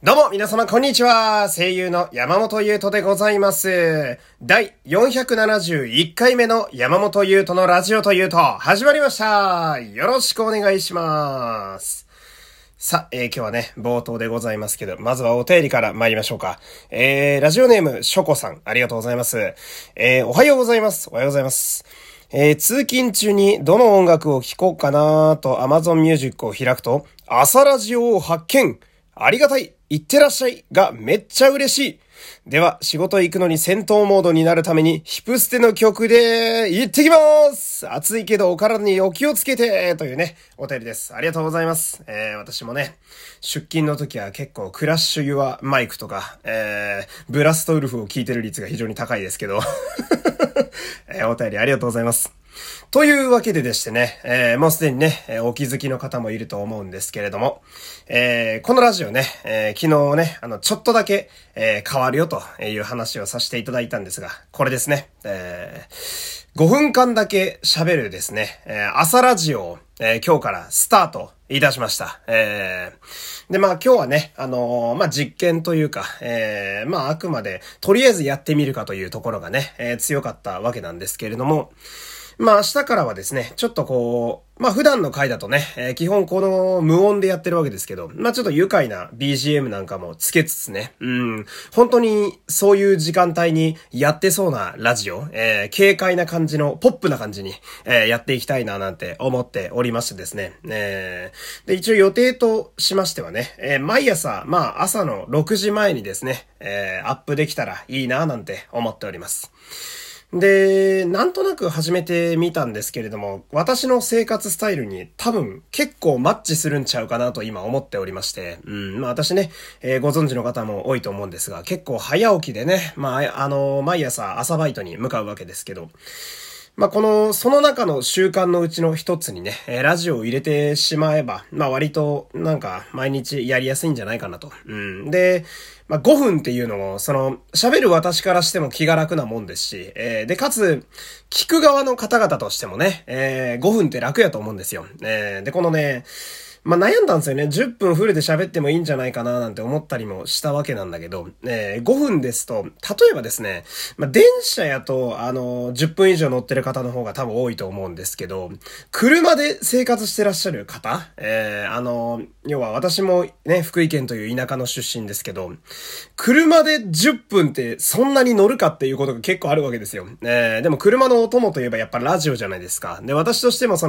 どうも皆様こんにちは。声優の山本優斗でございます。第471回目の山本優斗のラジオというと始まりました。よろしくお願いします。さあ、今日はね、冒頭でございますけど、まずはお便りから参りましょうか。ラジオネーム、ショコさん、ありがとうございます。おはようございます。おはようございます。通勤中にどの音楽を聴こうかなと Amazon Music を開くと、朝ラジオを発見。ありがたい。いってらっしゃいがめっちゃ嬉しい。では、仕事行くのに戦闘モードになるために、ヒプステの曲で行ってきます。暑いけどお体にお気をつけてというね、お便りです。ありがとうございます。私もね、出勤の時は結構クラッシュユアマイクとか、ブラストウルフを聞いてる率が非常に高いですけど、お便りありがとうございます。というわけででしてね、もうすでにね、お気づきの方もいると思うんですけれども、このラジオね、昨日ね、ちょっとだけ、変わるよという話をさせていただいたんですが、これですね、5分間だけ喋るですね、朝ラジオを、今日からスタートいたしました。で、今日はね、実験というか、あくまで、とりあえずやってみるかというところがね、強かったわけなんですけれども、明日からはですね、ちょっと普段の回だとね、基本この無音でやってるわけですけど、ちょっと愉快な BGM なんかもつけつつね、本当にそういう時間帯にやってそうなラジオ、軽快な感じの、ポップな感じに、やっていきたいななんて思っておりましてですね、で、一応予定としましてはね、毎朝、朝の6時前にですね、アップできたらいいななんて思っております。で、なんとなく始めてみたんですけれども、私の生活スタイルに多分結構マッチするんちゃうかなと今思っておりまして、私ね、ご存知の方も多いと思うんですが、結構早起きでね、毎朝朝バイトに向かうわけですけど、その中の習慣のうちの一つにね、ラジオを入れてしまえば、割と、毎日やりやすいんじゃないかなと。で、5分っていうのも、喋る私からしても気が楽なもんですし、で、かつ、聞く側の方々としてもね、5分って楽やと思うんですよ。で、このね、悩んだんですよね。10分フルで喋ってもいいんじゃないかななんて思ったりもしたわけなんだけど、5分ですと、例えばですね、電車やと、10分以上乗ってる方の方が多分多いと思うんですけど、車で生活してらっしゃる方、要は私もね、福井県という田舎の出身ですけど、車で10分ってそんなに乗るかっていうことが結構あるわけですよ。でも車のお供といえばやっぱラジオじゃないですか。で、私としても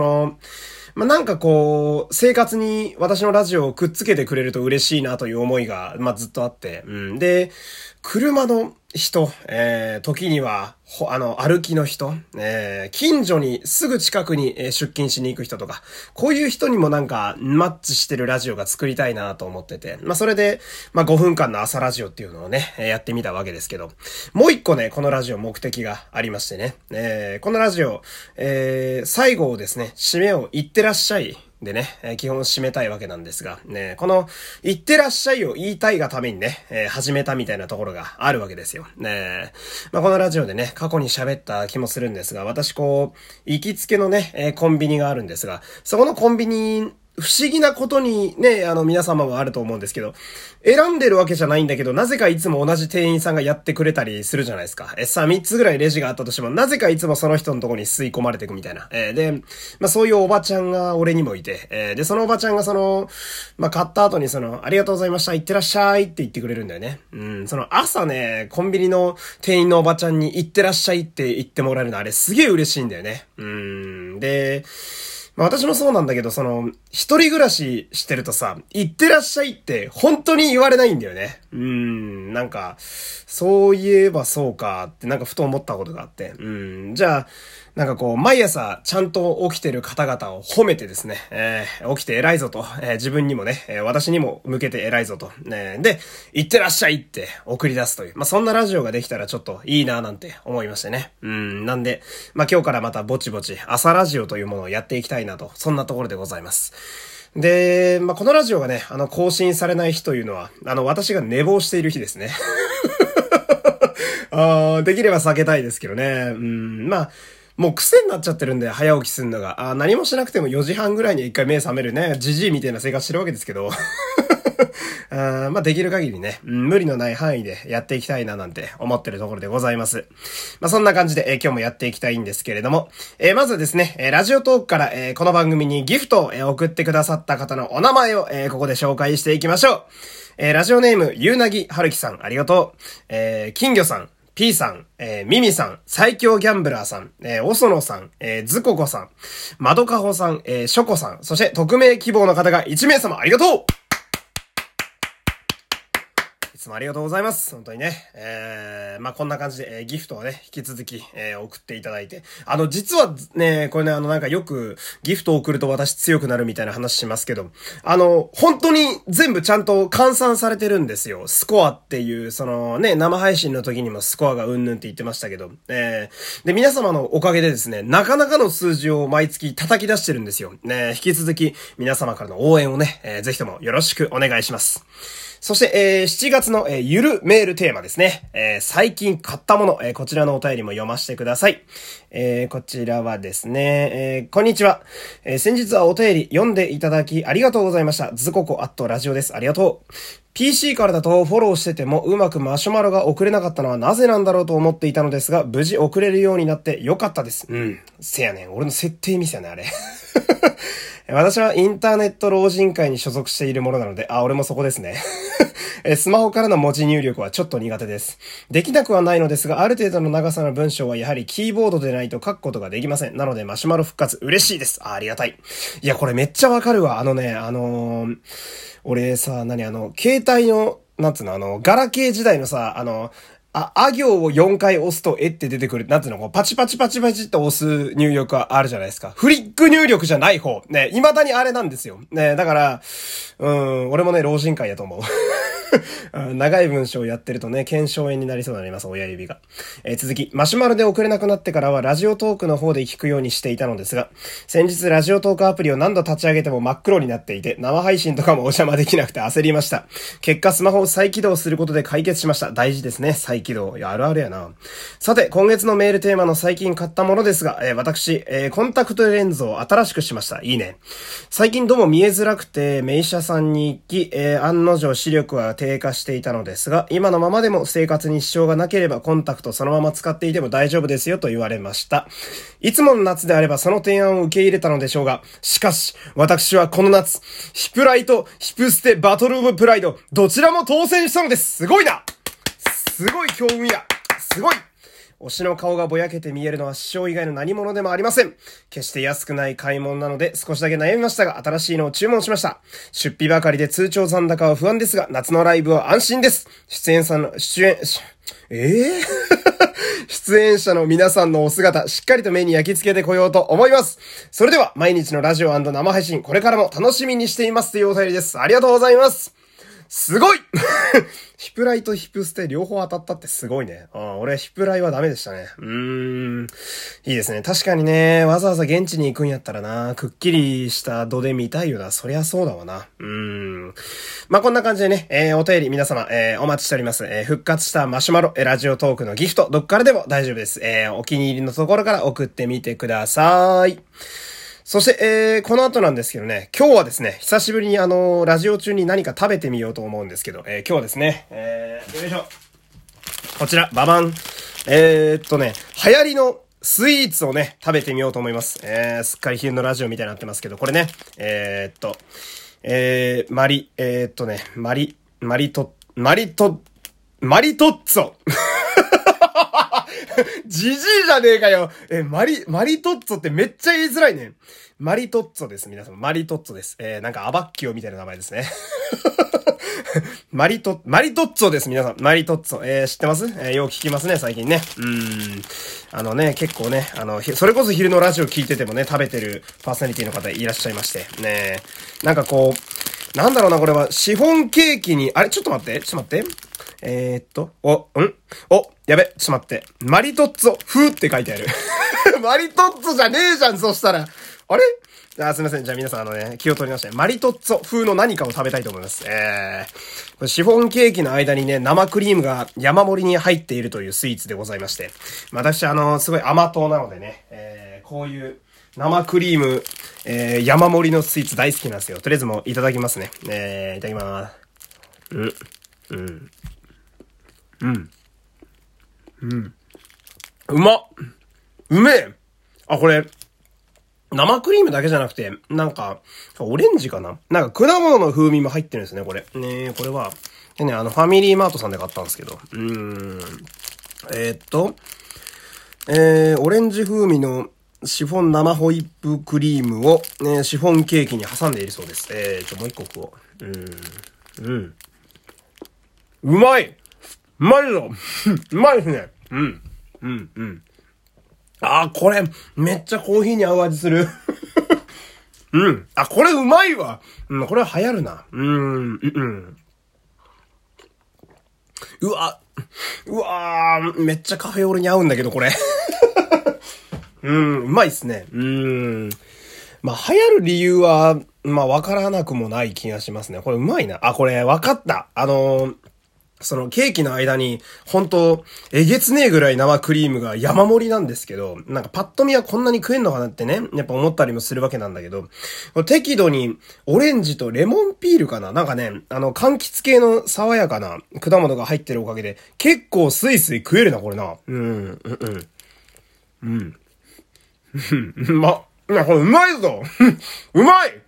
生活に私のラジオをくっつけてくれると嬉しいなという思いが、ずっとあって、で、車の人、時には、歩きの人、近所にすぐ近くに出勤しに行く人とか、こういう人にもマッチしてるラジオが作りたいなと思ってて、それで、5分間の朝ラジオっていうのをね、やってみたわけですけど、もう一個ね、このラジオ目的がありましてね、このラジオ、最後をですね、締めをいってらっしゃい、でね、基本締めたいわけなんですが、ね、この、いってらっしゃいを言いたいがためにね、始めたみたいなところがあるわけですよ。ね、このラジオでね、過去に喋った気もするんですが、私行きつけのね、コンビニがあるんですが、そこのコンビニ、不思議なことにね、皆様もあると思うんですけど、選んでるわけじゃないんだけど、なぜかいつも同じ店員さんがやってくれたりするじゃないですか。3つぐらいレジがあったとしても、なぜかいつもその人のところに吸い込まれていくみたいな。で、そういうおばちゃんが俺にもいて、で、そのおばちゃんが買った後にありがとうございました、いってらっしゃいって言ってくれるんだよね。朝ね、コンビニの店員のおばちゃんにいってらっしゃいって言ってもらえるの、あれすげえ嬉しいんだよね。で、私もそうなんだけど、一人暮らししてるとさ、行ってらっしゃいって本当に言われないんだよね。そういえばそうかってふと思ったことがあって。じゃあ、毎朝ちゃんと起きてる方々を褒めてですね、起きて偉いぞと、自分にもね、私にも向けて偉いぞと、で、行ってらっしゃいって送り出すという、そんなラジオができたらちょっといいななんて思いましてね。なんで、今日からまたぼちぼち朝ラジオというものをやっていきたいなと、そんなところでございます。で、このラジオがね、更新されない日というのは、私が寝坊している日ですね。できれば避けたいですけどね。もう癖になっちゃってるんで、早起きするのが。何もしなくても4時半ぐらいに一回目覚めるね、じじいみたいな生活してるわけですけど。 まあ、できる限りね、無理のない範囲でやっていきたいななんて思ってるところでございます。まあ、そんな感じで、今日もやっていきたいんですけれども、まずはですね、ラジオトークから、この番組にギフトを、送ってくださった方のお名前を、ここで紹介していきましょう。ラジオネーム、ゆうなぎはるきさん、ありがとう。金魚さん、P さん、ミミさん、最強ギャンブラーさん、おそのさん、ズココさん、まどかほさん、ショコさん、そして匿名希望の方が1名様ありがとう。いつもありがとうございます。本当にね。まあ、こんな感じで、ギフトをね、引き続き、送っていただいて。実はね、これね、なんかよく、ギフトを送ると私強くなるみたいな話しますけど、本当に全部ちゃんと換算されてるんですよ。スコアっていう、そのね、生配信の時にもスコアがうんぬんって言ってましたけど、で、皆様のおかげでですね、なかなかの数字を毎月叩き出してるんですよ。ね、引き続き、皆様からの応援をね、ぜひともよろしくお願いします。そして、7月の、ゆるメールテーマですね。最近買ったもの、こちらのお便りも読ませてください。こちらはですね、こんにちは。先日はお便り読んでいただきありがとうございました。ズココラジオです。ありがとう。PC からだとフォローしててもうまくマシュマロが送れなかったのはなぜなんだろうと思っていたのですが、無事送れるようになってよかったです。せやねん。俺の設定ミスやね、あれ。私はインターネット老人会に所属しているものなので、俺もそこですね。スマホからの文字入力はちょっと苦手です。できなくはないのですが、ある程度の長さの文章はやはりキーボードでないと書くことができません。なのでマシュマロ復活嬉しいです。ありがたい。いや、これめっちゃわかるわ。俺さ、携帯の、なんつうの、ガラケー時代のさ、あ行を4回押すとって出てくる。なんていうの、パチパチパチパチって押す入力はあるじゃないですか。フリック入力じゃない方。ね、未だにあれなんですよ。ね、だから、俺もね、老人会やと思う。長い文章をやってるとね、腱鞘炎になりそうになります、親指が。続き、マシュマロで送れなくなってからはラジオトークの方で聞くようにしていたのですが、先日ラジオトークアプリを何度立ち上げても真っ黒になっていて、生配信とかもお邪魔できなくて焦りました。結果スマホを再起動することで解決しました。大事ですね、再起動。いや、あるあるやな。さて、今月のメールテーマの最近買ったものですが、私、コンタクトレンズを新しくしました。いいね。最近どうも見えづらくて、目医者さんに行き、案の定視力は低下していたのですが、今のままでも生活に支障がなければコンタクトそのまま使っていても大丈夫ですよと言われました。いつもの夏であればその提案を受け入れたのでしょうが、しかし、私はこの夏、ヒプライとヒプステバトルオブプライド、どちらも当選したのです。すごいな！すごい強運や！すごい！推しの顔がぼやけて見えるのは師匠以外の何者でもありません。決して安くない買い物なので少しだけ悩みましたが、新しいのを注文しました。出費ばかりで通帳残高は不安ですが、夏のライブは安心です。出演者の皆さんのお姿、しっかりと目に焼き付けてこようと思います。それでは、毎日のラジオ&生配信、これからも楽しみにしていますというお便りです。ありがとうございます。すごいヒプライとヒプステ両方当たったってすごいね。俺ヒプライはダメでしたね。いいですね。確かにね、わざわざ現地に行くんやったらな、くっきりした度で見たいよな。そりゃそうだわな。まあ、こんな感じでね、お便り皆様、お待ちしております。復活したマシュマロ、ラジオトークのギフト、どっからでも大丈夫です。お気に入りのところから送ってみてください。そして、この後なんですけどね、今日はですね、久しぶりにラジオ中に何か食べてみようと思うんですけど、今日はですね、よいしょ。こちら、ババン。流行りのスイーツをね、食べてみようと思います。すっかり昼のラジオみたいになってますけど、これね、マリトッツォ。ジジイじゃねえかよ。マリトッツォってめっちゃ言いづらいね。マリトッツォです。皆さん、マリトッツォです。なんかアバッキオみたいな名前ですね。マリトッツォです。皆さん、マリトッツォ。知ってます？よく聞きますね、最近ね。結構ね、それこそ昼のラジオ聞いててもね、食べてるパーソナリティの方いらっしゃいまして。ね、なんかこう、なんだろうな、これは、シフォンケーキに、ちょっと待って。やべ、ちょっと待って。マリトッツォ風って書いてある。マリトッツォじゃねえじゃん、そしたら。あれ？すいません。じゃあ皆さん気を取りまして、マリトッツォ風の何かを食べたいと思います。これシフォンケーキの間にね、生クリームが山盛りに入っているというスイーツでございまして。私すごい甘党なのでね、こういう生クリーム、山盛りのスイーツ大好きなんですよ。とりあえずもういただきますね。いただきます。 うまっ。うめえ。あ、これ、生クリームだけじゃなくて、なんか、オレンジかな、なんか果物の風味も入ってるんですね、これ。ねえ、これは。でね、ファミリーマートさんで買ったんですけど。オレンジ風味のシフォン生ホイップクリームを、シフォンケーキに挟んでいるそうです。もう一個食おう。うまいうまいぞうまいですね。これ、めっちゃコーヒーに合う味する。これうまいわ。これは流行るな。うわー、めっちゃカフェオレに合うんだけど、これ。うまいっすね。まあ、流行る理由は、まあ、わからなくもない気がしますね。これうまいな。これ、わかった。そのケーキの間に、本当えげつねえぐらい生クリームが山盛りなんですけど、なんかパッと見はこんなに食えんのかなってね、やっぱ思ったりもするわけなんだけど、適度にオレンジとレモンピールかななんかね、柑橘系の爽やかな果物が入ってるおかげで、結構スイスイ食えるな、これな。これうまいぞうまい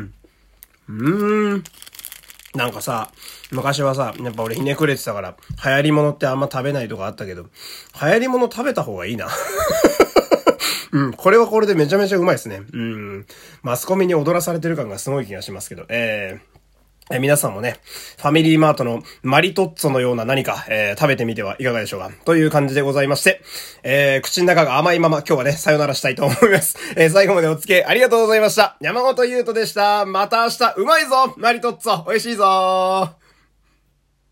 なんかさ、昔はさ、やっぱ俺ひねくれてたから、流行り物ってあんま食べないとかあったけど、流行り物食べた方がいいな。これはこれでめちゃめちゃうまいですね。マスコミに踊らされてる感がすごい気がしますけど、皆さんもね、ファミリーマートのマリトッツォのような何か、食べてみてはいかがでしょうか。という感じでございまして、口の中が甘いまま今日はね、さよならしたいと思います。最後までお付き合いありがとうございました。山本優斗でした。また明日、うまいぞマリトッツォ美味しいぞ